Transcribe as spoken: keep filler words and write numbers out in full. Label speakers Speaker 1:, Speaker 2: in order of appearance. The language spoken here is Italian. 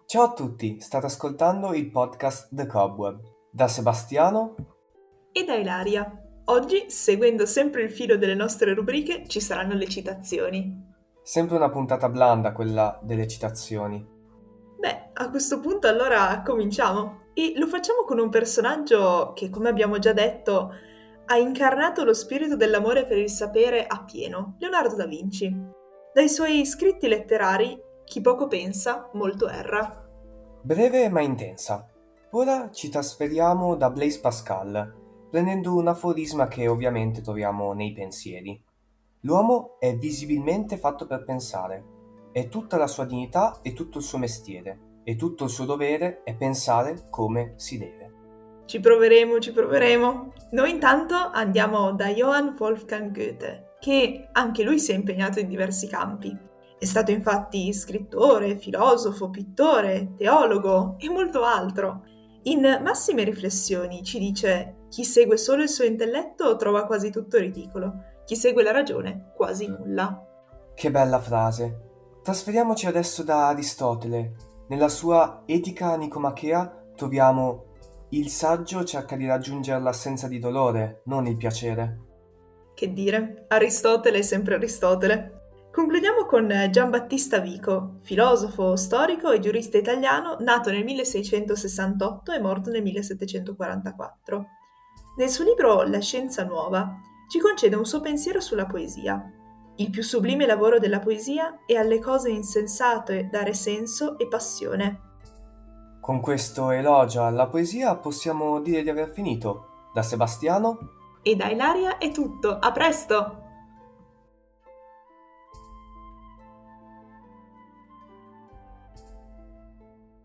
Speaker 1: Ciao a tutti, state ascoltando il podcast The Cobweb. Da Sebastiano
Speaker 2: E da Ilaria. Oggi, seguendo sempre il filo delle nostre rubriche, ci saranno le citazioni.
Speaker 1: sempre una puntata blanda quella delle citazioni.
Speaker 2: Beh, a questo punto allora cominciamo. E lo facciamo con un personaggio che, come abbiamo già detto, ha incarnato lo spirito dell'amore per il sapere a pieno, Leonardo da Vinci. Dai suoi scritti letterari, chi poco pensa, molto erra.
Speaker 1: Breve ma intensa. Ora ci trasferiamo da Blaise Pascal, prendendo un aforisma che ovviamente troviamo nei pensieri. L'uomo è visibilmente fatto per pensare, è tutta la sua dignità e tutto il suo mestiere, e tutto il suo dovere è pensare come si deve.
Speaker 2: Ci proveremo, ci proveremo. Noi intanto andiamo da Johann Wolfgang Goethe, che anche lui si è impegnato in diversi campi. È stato infatti scrittore, filosofo, pittore, teologo e molto altro. In Massime riflessioni ci dice: chi segue solo il suo intelletto trova quasi tutto ridicolo, chi segue la ragione quasi nulla.
Speaker 1: Che bella frase. Trasferiamoci adesso da Aristotele. Nella sua Etica Nicomachea troviamo il saggio cerca di raggiungere l'assenza di dolore, non il piacere.
Speaker 2: Che dire, Aristotele è sempre Aristotele. Concludiamo con Giambattista Vico, filosofo, storico e giurista italiano, nato nel milleseicentosessantotto e morto nel millesettecentoquarantaquattro. Nel suo libro La scienza nuova ci concede un suo pensiero sulla poesia. Il più sublime lavoro della poesia è alle cose insensate dare senso e passione.
Speaker 1: Con questo elogio alla poesia possiamo dire di aver finito. Da Sebastiano
Speaker 2: E da Ilaria è tutto, a presto!